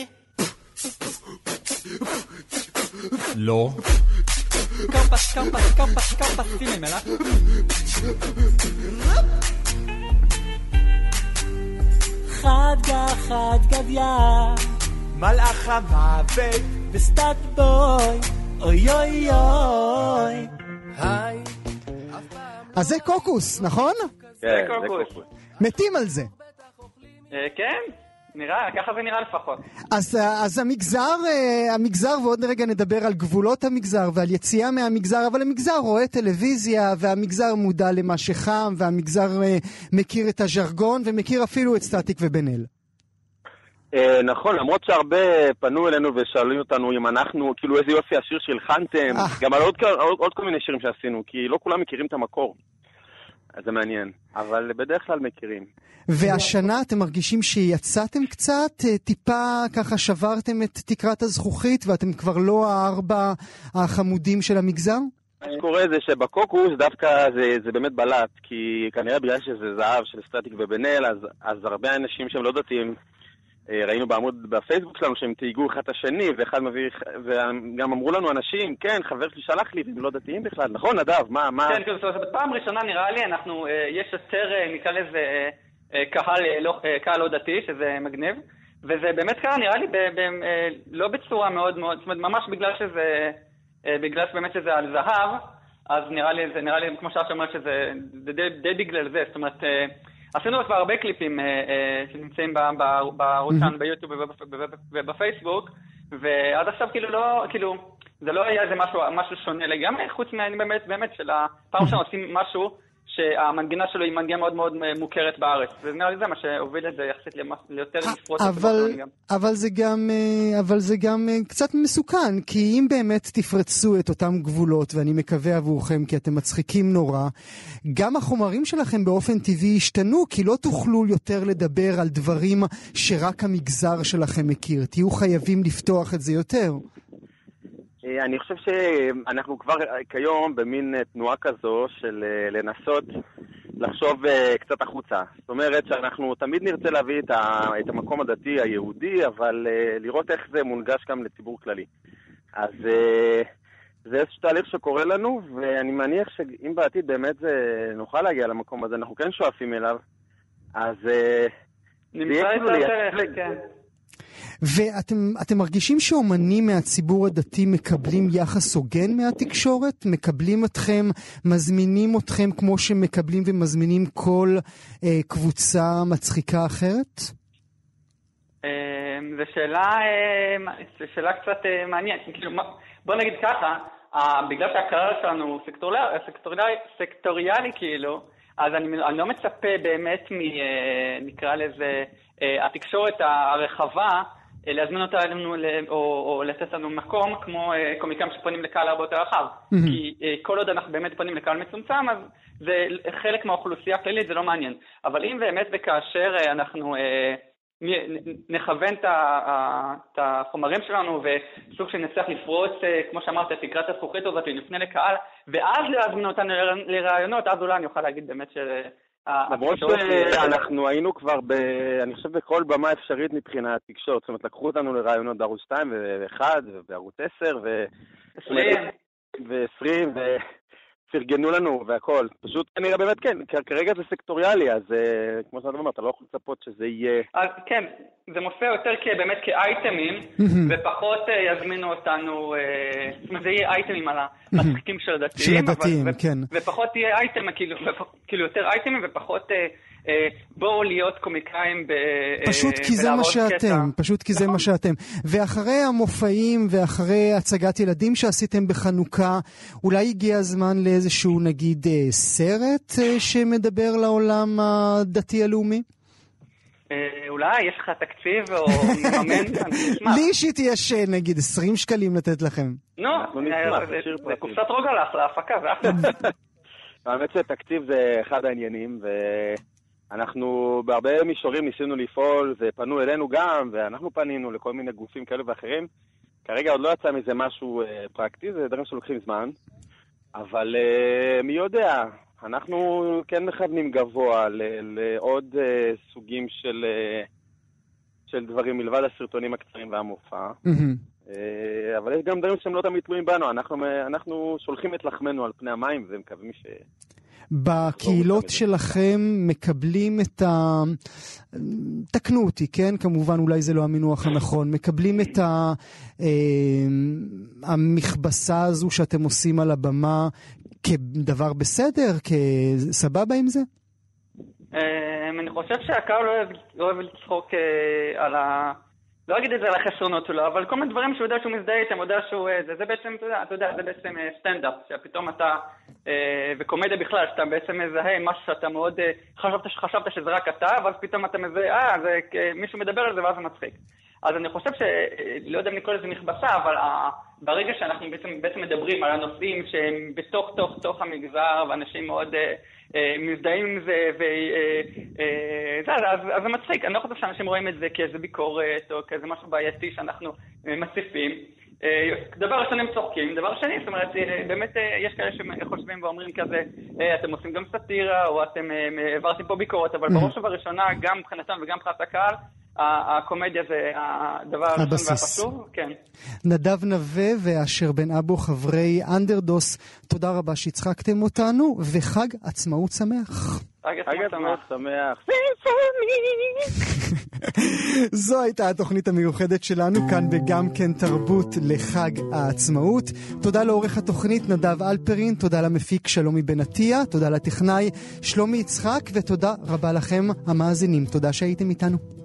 לא. קמפס, קמפס, קמפס, קמפס, שימי מלאק. חדגה, חדגדיה, מלאך המוות, וסטאט בוי, אוי אוי אוי. היי. אז זה קוקוס, נכון? כן, זה קוקוס. מתים על זה. כן? נראה, ככה זה נראה לפחות. אז, אז המגזר, המגזר, ועוד רגע נדבר על גבולות המגזר ועל יציאה מהמגזר, אבל המגזר רואה טלוויזיה, והמגזר מודע למה שחם, והמגזר מכיר את הז'רגון, ומכיר אפילו את סטטיק ובן אל. נכון, למרות שהרבה פנו אלינו ושאלו אותנו אם אנחנו, כאילו איזה יופי השיר שהלחנתם, גם על עוד, עוד, עוד כל מיני שירים שעשינו, כי לא כולם מכירים את המקור. אז זה מעניין, אבל בדרך כלל מכירים. והשנה אתם מרגישים שיצאתם קצת, טיפה ככה שברתם את תקרת הזכוכית, ואתם כבר לא הארבע החמודים של המגזר? מה שקורה זה שבקוקוס דווקא זה, זה באמת בלט, כי כנראה בגלל שזה זהב של סטטיק ובן אל, אז, אז הרבה אנשים שהם לא דתיים, ראינו בעמוד בפייסבוק שלנו שהם תהיגו אחד את השני, ואחד מביא, וגם אמרו לנו אנשים, כן, חבר שלי שלח לי, והם לא דתיים בכלל, נכון נדב? מה, מה? כן, כאילו, בפעם ראשונה נראה לי, אנחנו, יש יותר, נקרא לזה, קהל לא, קהל לא דתי, שזה מגניב, וזה באמת קרה, נראה לי, ב, ב, לא בצורה מאוד מאוד, זאת אומרת, ממש בגלל שזה, בגלל שבאמת שזה על זהב, אז נראה לי, זה נראה לי, כמו שאתה אומר, שזה די, די בגלל זה, זאת אומרת, עשינו כבר הרבה קליפים שנמצאים בערוץ שלנו ביוטיוב ובפייסבוק, ועד עכשיו כאילו לא, כאילו, זה לא היה איזה משהו, משהו שונה לגמרי, חוץ מהאני באמת, באמת של הפעם שאנחנו עושים משהו שהמנגינה שלו היא מנגינה מאוד מאוד מוכרת בארץ. ונראה לי זה מה שהוביל את זה יחסית ליותר נפרוץ. אבל, אבל זה גם, אבל זה גם קצת מסוכן, כי אם באמת תפרצו את אותם גבולות, ואני מקווה עבורכם, כי אתם מצחיקים נורא, גם החומרים שלכם באופן טבעי ישתנו, כי לא תוכלו יותר לדבר על דברים שרק המגזר שלכם מכיר. תהיו חייבים לפתוח את זה יותר. אני חושב שאנחנו כבר כיום במין תנועה כזו של לנסות לחשוב uh, קצת החוצה. זאת אומרת שאנחנו תמיד נרצה להביא את, ה, את המקום הדתי היהודי, אבל uh, לראות איך זה מונגש גם לציבור כללי. אז uh, זה איזשהו תהליך שקורה לנו, ואני מניח שאם בעתיד באמת זה, נוכל להגיע למקום הזה, אנחנו כן שואפים אליו, אז uh, נמצא את הדרך, כן. ואתם אתם מרגישים שאומנים מהציבור הדתי מקבלים יחס הוגן מהתקשורת? מקבלים אתכם, מזמינים אתכם כמו שמקבלים ומזמינים כל אה, קבוצה מצחיקה אחרת? אה, זו שאלה, אה, זו שאלה קצת אה, מעניינת. כאילו, בוא נגיד ככה, אה, בגלל שהקריירה שלנו הוא סקטוריאלי, סקטוריאלי, סקטוריאלי כאילו, אז אני, אני לא מצפה באמת מ, אה, נקרא לזה, אה, התקשורת הרחבה, להזמין אותנו או, או לתת לנו מקום כמו uh, קומיקאים שפונים לקהל הרבה יותר רחב. Mm-hmm. כי uh, כל עוד אנחנו באמת פונים לקהל מצומצם, אז זה חלק מהאוכלוסייה הכללית, זה לא מעניין. אבל אם באמת וכאשר uh, אנחנו uh, נכוון את החומרים שלנו וסוג שנצליח לפרוץ, uh, כמו שאמרת, תקרת הזכוכית הזאת, נפנה לקהל, ואז להזמין אותנו לרעיונות, אז אולי אני אוכל להגיד באמת ש... למרות שאנחנו היינו כבר, אני חושב, בכל במה אפשרית מבחינת תקשורת. זאת אומרת, לקחו אותנו לרעיונות בערוץ שתיים ואחד ובערוץ עשר ועשרים ופרגנו לנו והכל. פשוט כנראה באמת כן, כרגע זה סקטוריאלי, אז כמו שאתה אומר, אתה לא יכול לצפות שזה יהיה... אז כן, זה מופיע יותר באמת כאייטמים, ופחות יזמינו אותנו, זאת אומרת, זה יהיה אייטמים על המצחיקים של הדתיים. של הדתיים, כן. ופחות יהיה אייטם, כאילו יותר אייטמים ופחות בואו להיות קומיקאים בלהראות קטע. פשוט כי זה מה שאתם, פשוט כי זה מה שאתם. ואחרי המופעים ואחרי הצגת ילדים שעשיתם בחנוכה, אולי הגיע הזמן לאיזשהו נגיד סרט שמדבר לעולם הדתי הלאומי? אולי, יש לך תקציב או מממן? לי אישית יש נגיד עשרים שקלים לתת לכם. נו, זה קופסת רוגלח להפקה, זה אחלה. האמת שתקציב זה אחד העניינים, ואנחנו בהרבה מישורים ניסינו לפעול, ופנו אלינו גם, ואנחנו פנינו לכל מיני גופים כאלה ואחרים. כרגע עוד לא יצא מזה משהו פרקטי, זה דברים שלוקחים זמן, אבל מי יודע... אנחנו כן מכוונים גבוה לעוד uh, סוגים של, uh, של דברים מלבד הסרטונים הקצרים והמופע. Mm-hmm. Uh, אבל יש גם דברים שהם לא תמיד תלויים בנו. אנחנו, אנחנו שולחים את לחמנו על פני המים ומקווים ש... בקהילות שלכם מקבלים את ה... תקנו אותי, כן? כמובן, אולי זה לא המינוח הנכון. מקבלים את ה... המכבסה הזו שאתם עושים על הבמה כדבר בסדר? כסבבה עם זה? אני חושב שהקהל לא אוהב לצחוק על ה... לא אגיד את זה על החסרונות שלו, אבל כל מיני דברים שהוא יודע שהוא מזדהה איתם, הוא יודע שהוא... זה, זה בעצם, אתה יודע, אתה יודע, זה בעצם סטנדאפ, שפתאום אתה, וקומדיה בכלל, שאתה בעצם מזהה משהו שאתה מאוד, חשבת, חשבת שזה רק אתה, ואז פתאום אתה מזהה, אה, זה, מישהו מדבר על זה ואז זה מצחיק. אז אני חושב ש... לא יודע אם לקרוא לזה מכבסה, אבל ברגע שאנחנו בעצם, בעצם מדברים על הנושאים שהם בתוך, תוך, תוך המגזר, ואנשים מאוד... מזדהים עם זה, אז זה מצחיק. אני לא חושב שאנשים רואים את זה כאיזה ביקורת, או כאיזה משהו בעייתי שאנחנו מציפים. דבר ראשון הם צוחקים, דבר שני, זאת אומרת, באמת יש כאלה שחושבים ואומרים כזה, אתם עושים גם סאטירה, או אתם העברתם פה ביקורת, אבל בראש ובראשונה, גם מבחינתם וגם מבחינת הקהל, הקומדיה זה הדבר הראשון והחשוב, כן. נדב נווה ואשר בן אבו, חברי אנדרדוס, תודה רבה שהצחקתם אותנו, וחג עצמאות שמח. חג עצמאות שמח. זו הייתה התוכנית המיוחדת שלנו כאן בגם כן תרבות לחג העצמאות. תודה לעורך התוכנית נדב אלפרין, תודה למפיק שלומי בן עטיה, תודה לטכנאי שלומי יצחק, ותודה רבה לכם המאזינים. תודה שהייתם איתנו.